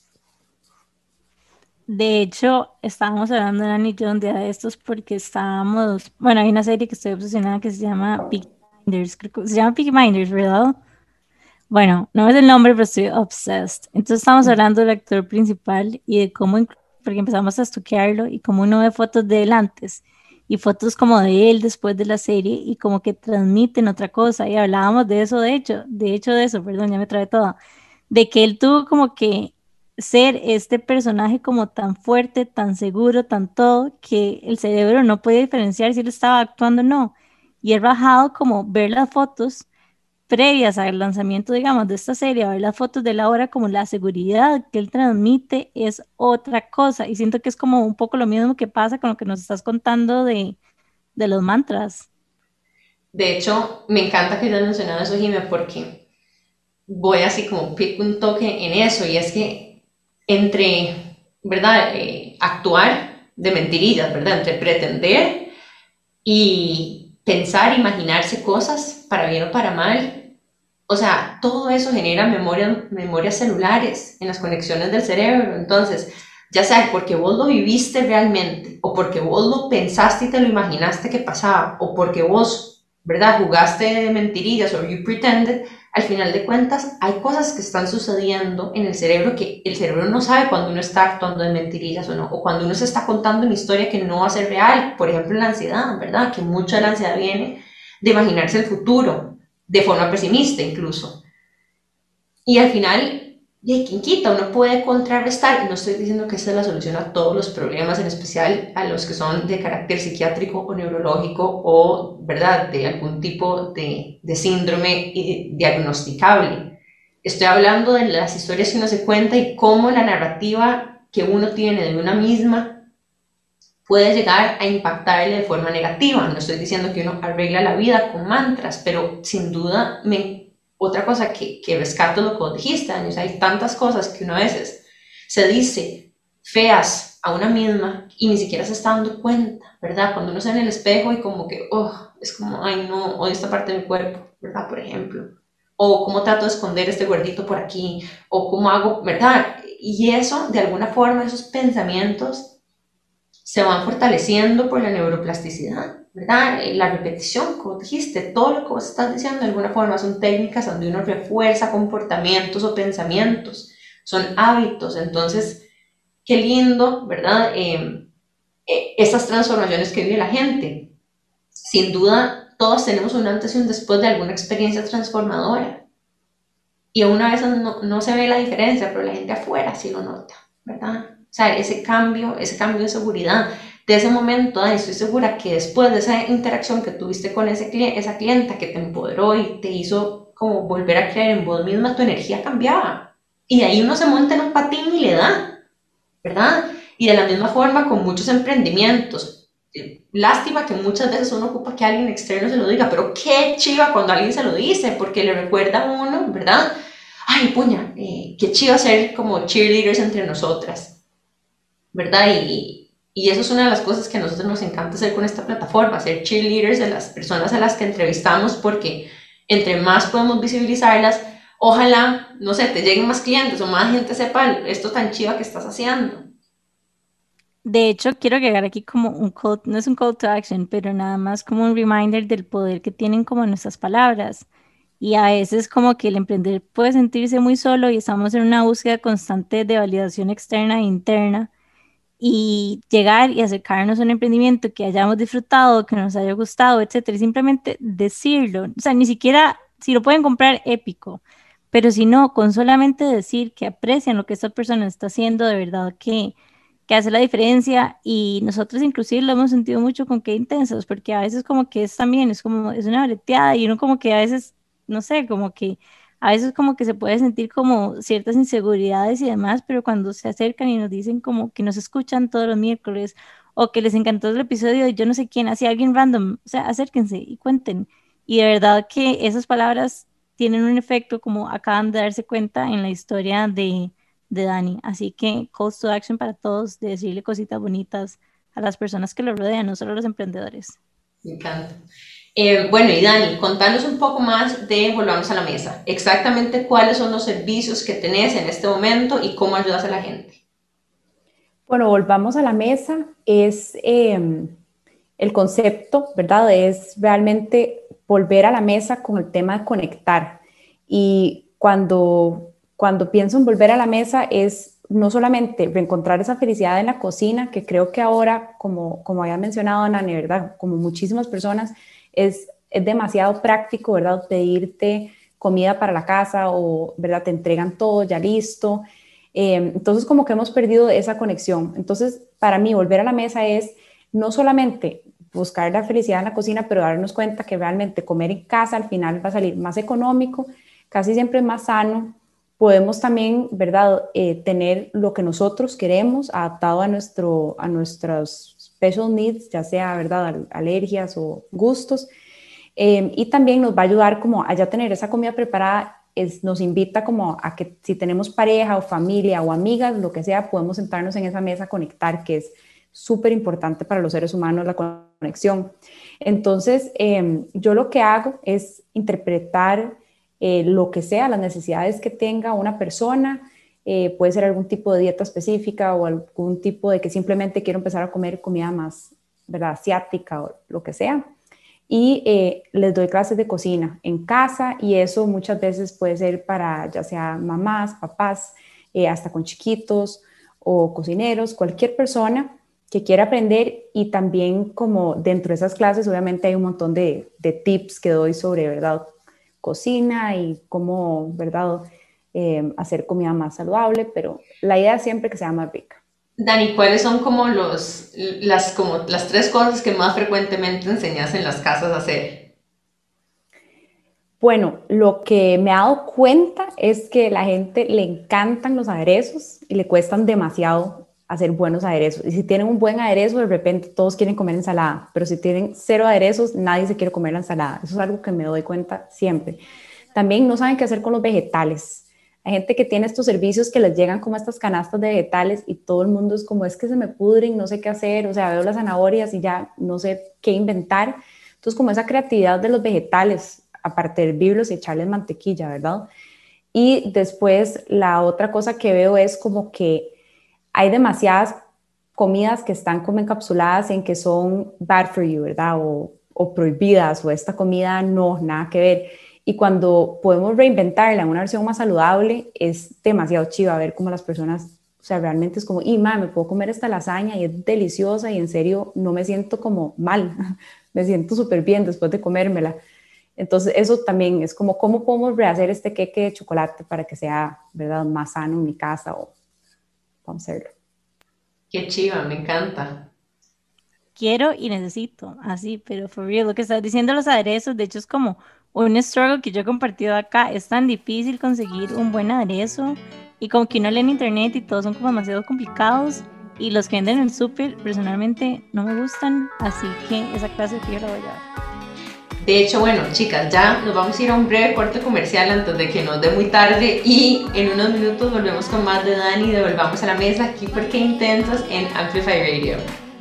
De hecho, estábamos hablando, Dani y yo, un día de estos porque estábamos, bueno, hay una serie que estoy obsesionada que se llama Peaky Blinders, creo que se llama Peaky Blinders, ¿verdad? Bueno, no es el nombre, pero estoy obsessed. Entonces estamos hablando del actor principal y de cómo, porque empezamos a estuquearlo y cómo uno ve fotos de él antes y fotos como de él después de la serie y como que transmiten otra cosa. Y hablábamos de eso, de hecho de eso, perdón, ya me trae todo, de que él tuvo como que ser este personaje como tan fuerte, tan seguro, tan todo, que el cerebro no podía diferenciar si él estaba actuando o no. Y es rajado como ver las fotos previas al lanzamiento, digamos, de esta serie, a ver las fotos de la obra, como la seguridad que él transmite es otra cosa. Y siento que es como un poco lo mismo que pasa con lo que nos estás contando de los mantras. De hecho, me encanta que hayas mencionado eso, Jimé, porque voy así como pico un toque en eso, y es que entre, ¿verdad? Actuar de mentirillas, ¿verdad? Entre pretender y pensar, imaginarse cosas para bien o para mal. O sea, todo eso genera memorias celulares en las conexiones del cerebro. Entonces, ya sea porque vos lo viviste realmente, o porque vos lo pensaste y te lo imaginaste que pasaba, o porque vos, ¿verdad?, jugaste de mentirillas o you pretended, al final de cuentas hay cosas que están sucediendo en el cerebro que el cerebro no sabe cuando uno está actuando de mentirillas o no, o cuando uno se está contando una historia que no va a ser real. Por ejemplo, la ansiedad, ¿verdad? Que mucha de la ansiedad viene de imaginarse el futuro, de forma pesimista incluso. Y al final, y quien quita, uno puede contrarrestar, y no estoy diciendo que esta es la solución a todos los problemas, en especial a los que son de carácter psiquiátrico o neurológico o, ¿verdad?, de algún tipo de síndrome diagnosticable. Estoy hablando de las historias que uno se cuenta y cómo la narrativa que uno tiene de una misma puede llegar a impactarle de forma negativa. No estoy diciendo que uno arregla la vida con mantras, pero sin duda otra cosa que rescato lo que vos dijiste, o sea, hay tantas cosas que uno a veces se dice feas a una misma y ni siquiera se está dando cuenta, ¿verdad? Cuando uno está en el espejo y como que, oh, es como, ay no, odio esta parte del cuerpo, ¿verdad? Por ejemplo. o cómo trato de esconder este gordito por aquí, o cómo hago, ¿verdad? Y eso, de alguna forma, esos pensamientos se van fortaleciendo por la neuroplasticidad, ¿verdad? La repetición, como dijiste, todo lo que vos estás diciendo de alguna forma son técnicas donde uno refuerza comportamientos o pensamientos, son hábitos. Entonces, qué lindo, ¿verdad? Esas transformaciones que vive la gente. Sin duda, todos tenemos un antes y un después de alguna experiencia transformadora. Y aún a veces no se ve la diferencia, pero la gente afuera sí lo nota, ¿verdad? O sea, ese cambio de seguridad, de ese momento, estoy segura que después de esa interacción que tuviste con esa clienta que te empoderó y te hizo como volver a creer en vos misma, tu energía cambiaba. Y de ahí uno se monta en un patín y le da, ¿verdad? Y de la misma forma con muchos emprendimientos. Lástima que muchas veces uno ocupa que alguien externo se lo diga, pero qué chiva cuando alguien se lo dice, porque le recuerda a uno, ¿verdad? Ay, puña, qué chiva ser como cheerleaders entre nosotras, ¿verdad? Y eso es una de las cosas que a nosotros nos encanta hacer con esta plataforma, ser cheerleaders de las personas a las que entrevistamos, porque entre más podemos visibilizarlas, ojalá, no sé, te lleguen más clientes o más gente sepa esto tan chiva que estás haciendo. De hecho, quiero agregar aquí como un call, no es un call to action, pero nada más como un reminder del poder que tienen como nuestras palabras. Y a veces como que el emprender puede sentirse muy solo y estamos en una búsqueda constante de validación externa e interna. Y llegar y acercarnos a un emprendimiento que hayamos disfrutado, que nos haya gustado, etcétera, y simplemente decirlo. O sea, ni siquiera si lo pueden comprar, épico, pero si no, con solamente decir que aprecian lo que esta persona está haciendo, de verdad que hace la diferencia. Y nosotros inclusive lo hemos sentido mucho con Qué Intensos, porque a veces como que es también, es como, es una breteada y uno como que a veces, no sé, como que a veces como que se puede sentir como ciertas inseguridades y demás, pero cuando se acercan y nos dicen como que nos escuchan todos los miércoles o que les encantó el episodio de yo no sé quién, así alguien random, o sea, acérquense y cuenten. Y de verdad que esas palabras tienen un efecto como acaban de darse cuenta en la historia de Dani. Así que calls to action para todos, de decirle cositas bonitas a las personas que lo rodean, no solo a los emprendedores. Me encanta. Bueno, y Dani, contanos un poco más de Volvamos a la Mesa. Exactamente cuáles son los servicios que tenés en este momento y cómo ayudas a la gente. Bueno, volvamos a la mesa. Es el concepto, ¿verdad? Es realmente volver a la mesa con el tema de conectar. Y cuando pienso en volver a la mesa es no solamente reencontrar esa felicidad en la cocina, que creo que ahora, como había mencionado Nani, ¿verdad? Como muchísimas personas, es demasiado práctico, ¿verdad? Pedirte comida para la casa o, ¿verdad? Te entregan todo ya listo. Entonces, como que hemos perdido esa conexión. Entonces, para mí, volver a la mesa es no solamente buscar la felicidad en la cocina, pero darnos cuenta que realmente comer en casa al final va a salir más económico, casi siempre más sano. Podemos también, ¿verdad?, tener lo que nosotros queremos adaptado a nuestros special needs, ya sea, ¿verdad?, alergias o gustos. Y también nos va a ayudar como a ya tener esa comida preparada, nos invita como a que si tenemos pareja o familia o amigas, lo que sea, podemos sentarnos en esa mesa a conectar, que es súper importante para los seres humanos la conexión. Entonces, yo lo que hago es interpretar lo que sea, las necesidades que tenga una persona, puede ser algún tipo de dieta específica o algún tipo de que simplemente quiero empezar a comer comida más, ¿verdad?, asiática o lo que sea. Y les doy clases de cocina en casa y eso muchas veces puede ser para ya sea mamás, papás, hasta con chiquitos o cocineros, cualquier persona que quiera aprender. Y también como dentro de esas clases obviamente hay un montón de tips que doy sobre, ¿verdad?, cocina y cómo, ¿verdad?, hacer comida más saludable, pero la idea es siempre que sea más rica. Dani, ¿cuáles son como las tres cosas que más frecuentemente enseñas en las casas a hacer? Bueno, lo que me he dado cuenta es que a la gente le encantan los aderezos y le cuestan demasiado hacer buenos aderezos. Y si tienen un buen aderezo, de repente todos quieren comer ensalada, pero si tienen cero aderezos, nadie se quiere comer la ensalada. Eso es algo que me doy cuenta siempre. También no saben qué hacer con los vegetales. Hay gente que tiene estos servicios que les llegan como estas canastas de vegetales y todo el mundo es como, es que se me pudren, no sé qué hacer, o sea, veo las zanahorias y ya no sé qué inventar. Entonces, como esa creatividad de los vegetales, aparte de hervirlos y echarles mantequilla, ¿verdad? Y después la otra cosa que veo es como que hay demasiadas comidas que están como encapsuladas en que son bad for you, ¿verdad? O prohibidas, o esta comida no, nada que ver. Y cuando podemos reinventarla en una versión más saludable, es demasiado chiva ver cómo las personas, o sea, realmente es como, y me puedo comer esta lasaña y es deliciosa y en serio no me siento como mal, me siento súper bien después de comérmela. Entonces eso también es como, ¿cómo podemos rehacer este queque de chocolate para que sea, ¿verdad?, más sano en mi casa o vamos a hacerlo? Qué chiva, me encanta. Quiero y necesito, así, pero for real, lo que estás diciendo los aderezos, de hecho es como un struggle que yo he compartido acá, es tan difícil conseguir un buen aderezo y como que uno lee en internet y todos son como demasiado complicados y los que venden en el súper personalmente no me gustan, así que esa clase de fibra voy a llevar. De hecho, bueno, chicas, ya nos vamos a ir a un breve corte comercial antes de que nos dé muy tarde y en unos minutos volvemos con más de Dani y devolvamos a la mesa aquí por Qué Intensos en Amplify Radio.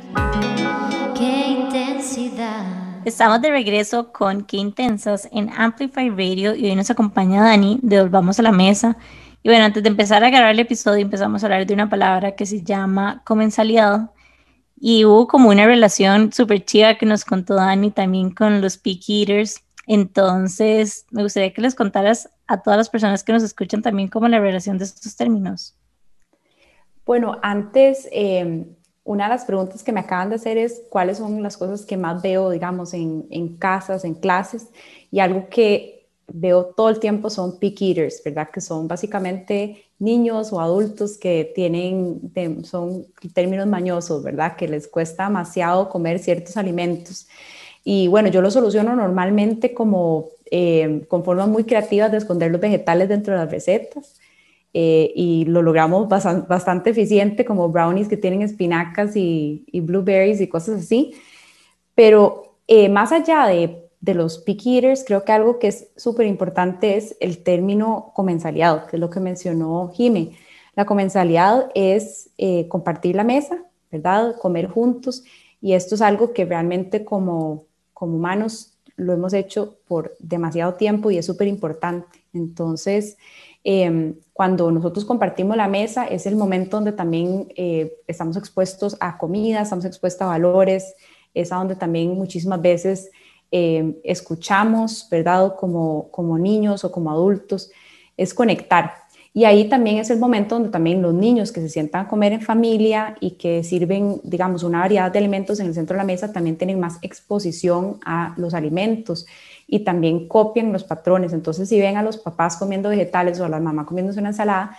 Qué intensidad. Estamos de regreso con Qué Intensas en Amplify Radio y hoy nos acompaña Dani, devolvamos a la mesa. Y bueno, antes de empezar a grabar el episodio empezamos a hablar de una palabra que se llama comensaliado. Y hubo como una relación súper chiva que nos contó Dani también con los picky eaters. Entonces, me gustaría que les contaras a todas las personas que nos escuchan también como la relación de estos términos. Bueno, antes, una de las preguntas que me acaban de hacer es cuáles son las cosas que más veo, digamos, en casas, en clases, y algo que veo todo el tiempo son picky eaters, ¿verdad? Que son básicamente niños o adultos que son términos mañosos, ¿verdad? Que les cuesta demasiado comer ciertos alimentos. Y bueno, yo lo soluciono normalmente como con formas muy creativas de esconder los vegetales dentro de las recetas. Y lo logramos bastante eficiente, como brownies que tienen espinacas y blueberries y cosas así. Pero más allá de los picky eaters, creo que algo que es súper importante es el término comensaliado, que es lo que mencionó Jime. La comensaliado es compartir la mesa, ¿verdad? Comer juntos, y esto es algo que realmente como humanos lo hemos hecho por demasiado tiempo y es súper importante. Entonces, cuando nosotros compartimos la mesa es el momento donde también estamos expuestos a comida, estamos expuestos a valores, es a donde también muchísimas veces escuchamos, ¿verdad? Como niños o como adultos, es conectar. Y ahí también es el momento donde también los niños que se sientan a comer en familia y que sirven, digamos, una variedad de alimentos en el centro de la mesa también tienen más exposición a los alimentos y también copian los patrones. Entonces, si ven a los papás comiendo vegetales o a la mamá comiéndose una ensalada,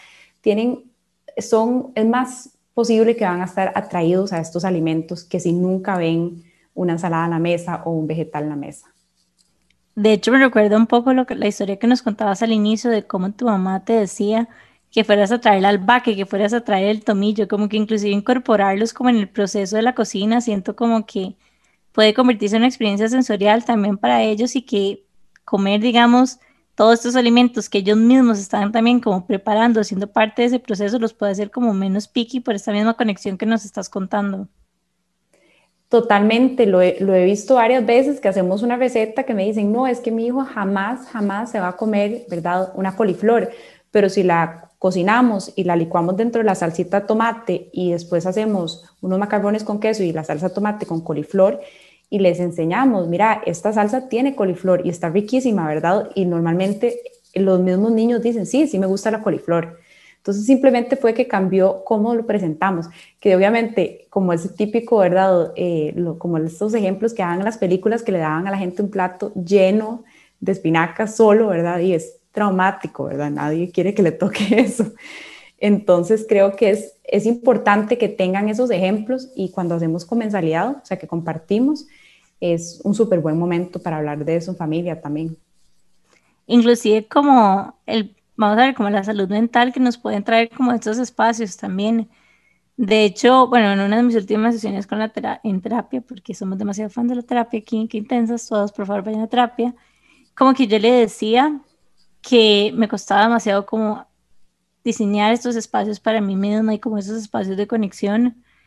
es más posible que van a estar atraídos a estos alimentos que si nunca ven una ensalada en la mesa o un vegetal en la mesa. De hecho, me recuerda un poco la historia que nos contabas al inicio de cómo tu mamá te decía que fueras a traer la albahaca, que fueras a traer el tomillo, como que inclusive incorporarlos como en el proceso de la cocina, siento como que puede convertirse en una experiencia sensorial también para ellos y que comer, digamos, todos estos alimentos que ellos mismos están también como preparando, siendo parte de ese proceso, los puede hacer como menos picky por esta misma conexión que nos estás contando. Totalmente, lo he visto varias veces que hacemos una receta que me dicen, no, es que mi hijo jamás se va a comer, ¿verdad?, una coliflor, pero si la cocinamos y la licuamos dentro de la salsita de tomate y después hacemos unos macarrones con queso y la salsa de tomate con coliflor y les enseñamos, mira, esta salsa tiene coliflor y está riquísima, ¿verdad? Y normalmente los mismos niños dicen, sí me gusta la coliflor. Entonces simplemente fue que cambió cómo lo presentamos, que obviamente como es típico, ¿verdad? Como estos ejemplos que daban en las películas que le daban a la gente un plato lleno de espinacas solo, ¿verdad? Y es traumático, ¿verdad? Nadie quiere que le toque eso. Entonces creo que es importante que tengan esos ejemplos y cuando hacemos comensaliado, o sea, que compartimos, es un súper buen momento para hablar de eso en familia también. Inclusive como vamos a ver, como la salud mental que nos pueden traer como estos espacios también. De hecho, bueno, en una de mis últimas sesiones con en terapia, porque somos demasiado fan de la terapia aquí, Qué Intensas, todos por favor vayan a terapia, como que yo le decía que me costaba demasiado como diseñar estos espacios para mí misma y como esos espacios de conexión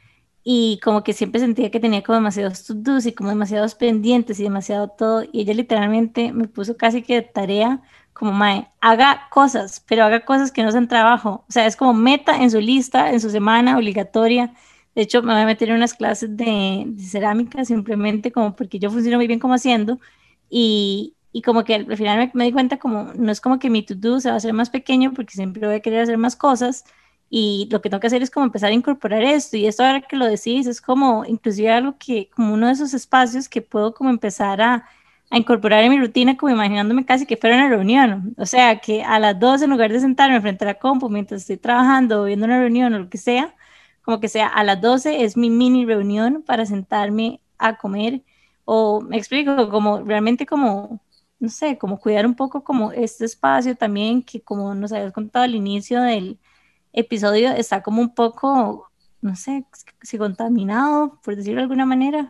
y como que siempre sentía que tenía como demasiados to-dos y como demasiados pendientes y demasiado todo, y ella literalmente me puso casi que de tarea, como mae, haga cosas, pero haga cosas que no sean trabajo, o sea, es como meta en su lista, en su semana obligatoria. De hecho, me voy a meter en unas clases de cerámica simplemente como porque yo funciono muy bien como haciendo, y como que al final me di cuenta como, no es como que mi to-do se va a hacer más pequeño porque siempre voy a querer hacer más cosas, y lo que tengo que hacer es como empezar a incorporar esto, y esto ahora que lo decís es como inclusive algo que, como uno de esos espacios que puedo como empezar a incorporar en mi rutina, como imaginándome casi que fuera una reunión, o sea, que a las 2 en lugar de sentarme frente a la compu mientras estoy trabajando o viendo una reunión o lo que sea, como que sea a las 12 es mi mini reunión para sentarme a comer, o me explico, como realmente como, no sé, como cuidar un poco como este espacio también que como nos habías contado al inicio del episodio está como un poco, no sé, si contaminado, por decirlo de alguna manera.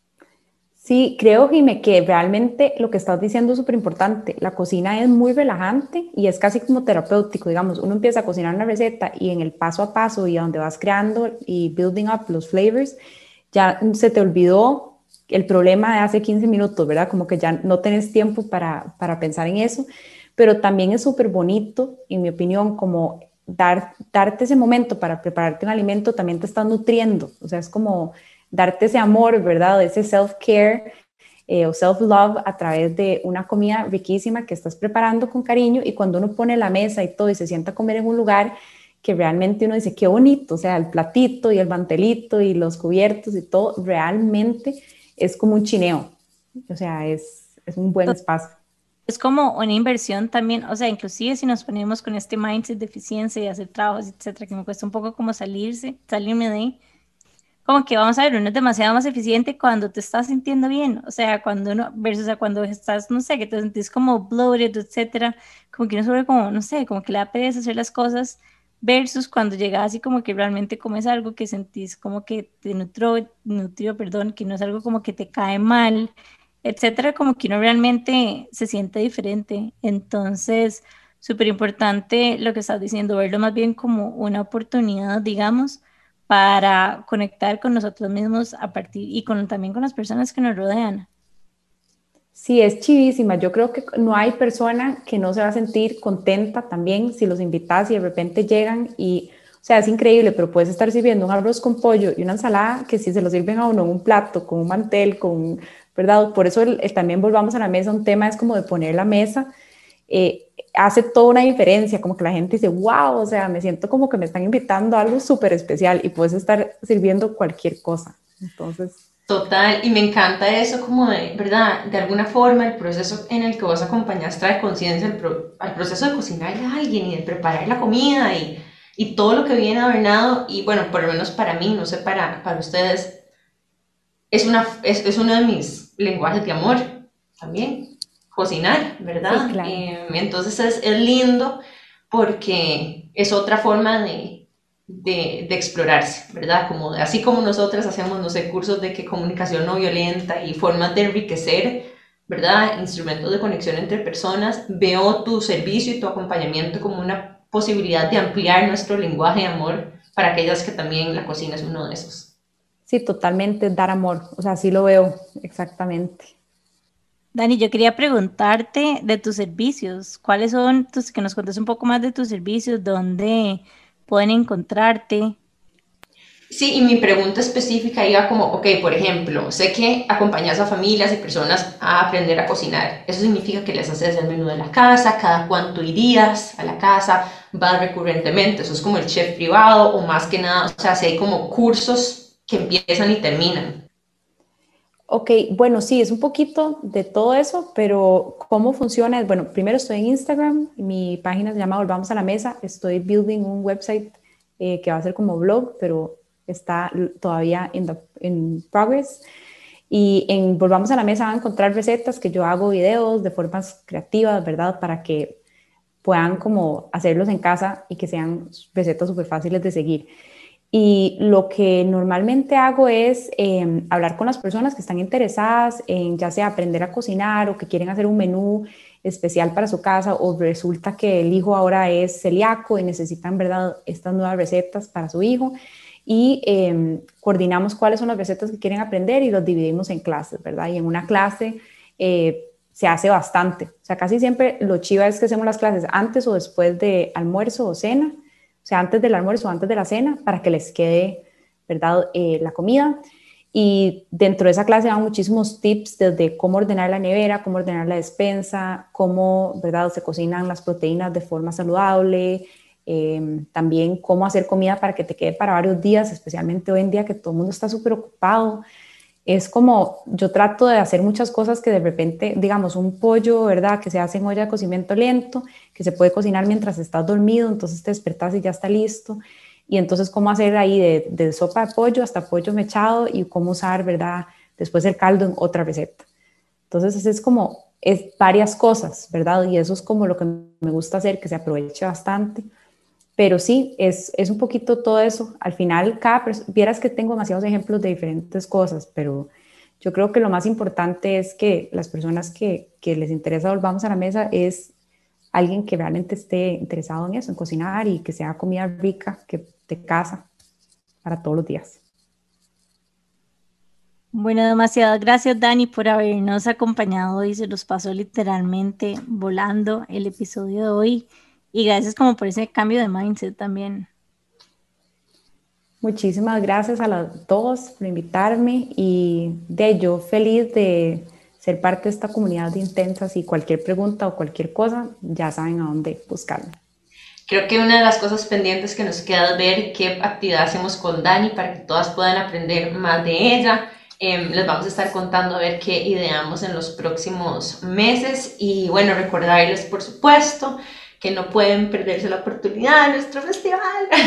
Sí, creo, Jime, que realmente lo que estás diciendo es súper importante. La cocina es muy relajante y es casi como terapéutico, digamos. Uno empieza a cocinar una receta y en el paso a paso y a donde vas creando y building up los flavors, ya se te olvidó el problema de hace 15 minutos, ¿verdad? Como que ya no tenés tiempo para pensar en eso, pero también es súper bonito, en mi opinión, como darte ese momento para prepararte un alimento, también te estás nutriendo, o sea, es como darte ese amor, ¿verdad? Ese self-care o self-love a través de una comida riquísima que estás preparando con cariño, y cuando uno pone la mesa y todo y se sienta a comer en un lugar que realmente uno dice, qué bonito, o sea, el platito y el mantelito y los cubiertos y todo, realmente es como un chineo, o sea, es un buen espacio. Es como una inversión también, o sea, inclusive si nos ponemos con este mindset de eficiencia y hacer trabajos, etcétera, que me cuesta un poco como salirme de ahí, como que vamos a ver, uno es demasiado más eficiente cuando te estás sintiendo bien, o sea, cuando uno, versus a cuando estás, no sé, que te sentís como bloated, etcétera, como que uno sobre como, no sé, como que le da pereza hacer las cosas, versus cuando llegas y como que realmente comes algo que sentís como que te nutrió, perdón, que no es algo como que te cae mal, etcétera, como que uno realmente se siente diferente. Entonces, súper importante lo que estás diciendo, verlo más bien como una oportunidad, digamos, para conectar con nosotros mismos a partir y con también con las personas que nos rodean. Sí, es chivísima. Yo creo que no hay persona que no se va a sentir contenta también si los invitas y de repente llegan y, o sea, es increíble, pero puedes estar sirviendo un arroz con pollo y una ensalada que si se lo sirven a uno en un plato, con un mantel, con, ¿verdad? Por eso también volvamos a la mesa, un tema es como de poner la mesa, hace toda una diferencia, como que la gente dice, wow, o sea, me siento como que me están invitando a algo súper especial y puedes estar sirviendo cualquier cosa. Entonces... Total, y me encanta eso como de, ¿verdad? De alguna forma el proceso en el que vos acompañás trae conciencia al proceso de cocinar a alguien y de preparar la comida y todo lo que viene adornado y bueno, por lo menos para mí, no sé, para ustedes, es uno de mis lenguajes de amor también, cocinar, Sí, ¿verdad? claro. Entonces es lindo porque es otra forma de explorarse, ¿verdad? Como así como nosotras hacemos, no sé, cursos de que comunicación no violenta y formas de enriquecer, ¿verdad? Instrumentos de conexión entre personas, veo tu servicio y tu acompañamiento como una posibilidad de ampliar nuestro lenguaje de amor para aquellas que también la cocina es uno de esos. Sí, totalmente dar amor, o sea, sí lo veo, exactamente. Dani, yo quería preguntarte de tus servicios. ¿Cuáles son tus, que nos contes un poco más de tus servicios, dónde pueden encontrarte? Sí, y mi pregunta específica iba como, ok, por ejemplo, sé que acompañas a familias y personas a aprender a cocinar. Eso significa que les haces el menú de la casa, cada cuánto irías a la casa, vas recurrentemente, eso es como el chef privado o más que nada, o sea, si hay como cursos que empiezan y terminan. Ok, bueno, sí, es un poquito de todo eso, pero ¿cómo funciona? Bueno, primero estoy en Instagram, mi página se llama Volvamos a la Mesa, estoy building un website que va a ser como blog, pero está todavía in progress. Y en Volvamos a la Mesa van a encontrar recetas que yo hago videos de formas creativas, ¿verdad? Para que puedan como hacerlos en casa y que sean recetas súper fáciles de seguir. Y lo que normalmente hago es hablar con las personas que están interesadas en ya sea aprender a cocinar o que quieren hacer un menú especial para su casa, o resulta que el hijo ahora es celíaco y necesitan, ¿verdad?, estas nuevas recetas para su hijo. y coordinamos cuáles son las recetas que quieren aprender y los dividimos en clases, ¿verdad? Y en una clase se hace bastante. O sea, casi siempre lo chiva es que hacemos las clases antes o después de almuerzo o cena, o sea, antes del almuerzo o antes de la cena, para que les quede, ¿verdad? La comida. Y dentro de esa clase dan muchísimos tips desde cómo ordenar la nevera, cómo ordenar la despensa, cómo, ¿verdad?, se cocinan las proteínas de forma saludable, también cómo hacer comida para que te quede para varios días, especialmente hoy en día que todo el mundo está súper ocupado. Es como, yo trato de hacer muchas cosas que de repente, digamos, un pollo, ¿verdad?, que se hace en olla de cocimiento lento, que se puede cocinar mientras estás dormido, entonces te despertas y ya está listo. Y entonces cómo hacer ahí de sopa de pollo hasta pollo mechado y cómo usar, ¿verdad?, después el caldo en otra receta. Entonces es como, es varias cosas, ¿verdad? Y eso es como lo que me gusta hacer, que se aproveche bastante. Pero sí, es un poquito todo eso. Al final, vieras que tengo demasiados ejemplos de diferentes cosas, pero yo creo que lo más importante es que las personas que les interesa Volvamos a la Mesa es alguien que realmente esté interesado en eso, en cocinar y que sea comida rica, que de casa para todos los días. Bueno, demasiadas gracias, Dani, por habernos acompañado y se los pasó literalmente volando el episodio de hoy. Y gracias como por ese cambio de mindset también. Muchísimas gracias a las dos por invitarme y yo feliz de ser parte de esta comunidad de intensas y cualquier pregunta o cualquier cosa, ya saben a dónde buscarme. Creo que una de las cosas pendientes que nos queda es ver qué actividad hacemos con Dani para que todas puedan aprender más de ella. Les vamos a estar contando a ver qué ideamos en los próximos meses y bueno, recordarles por supuesto que no pueden perderse la oportunidad de nuestro festival.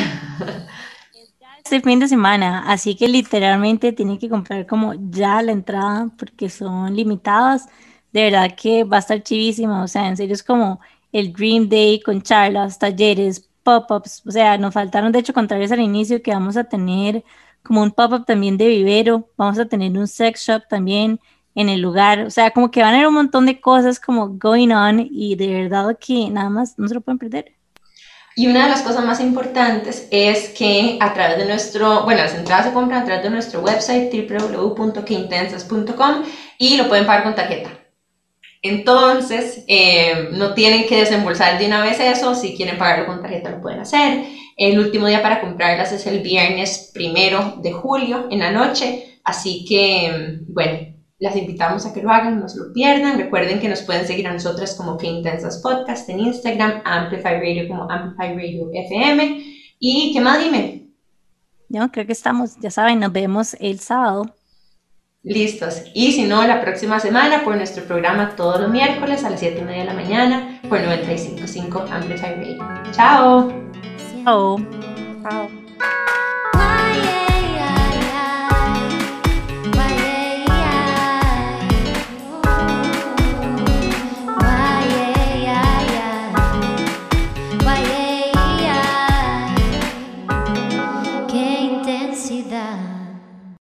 Este fin de semana, así que literalmente tienen que comprar como ya la entrada porque son limitadas. De verdad que va a estar chivísima, o sea, en serio es como el Dream Day con charlas, talleres, pop-ups, o sea, nos faltaron de hecho contarles al inicio que vamos a tener como un pop-up también de vivero, vamos a tener un sex shop también en el lugar, o sea, como que van a haber un montón de cosas como going on y de verdad que nada más no se lo pueden perder. Y una de las cosas más importantes es que a través de las entradas se compran a través de nuestro website www.queintensas.com y lo pueden pagar con tarjeta. Entonces, no tienen que desembolsar de una vez eso, si quieren pagarlo con tarjeta lo pueden hacer. El último día para comprarlas es el viernes 1 de julio en la noche, así que, bueno, las invitamos a que lo hagan, no se lo pierdan. Recuerden que nos pueden seguir a nosotras como Qué Intensas Podcast en Instagram, Amplify Radio como Amplify Radio FM. ¿Y qué más? Dime. No, creo que estamos, ya saben, nos vemos el sábado. Listos. Y si no, la próxima semana por nuestro programa todos los miércoles a las 7:30 de la mañana por 95.5 Amplify Radio. ¡Chao! Chao. Chao.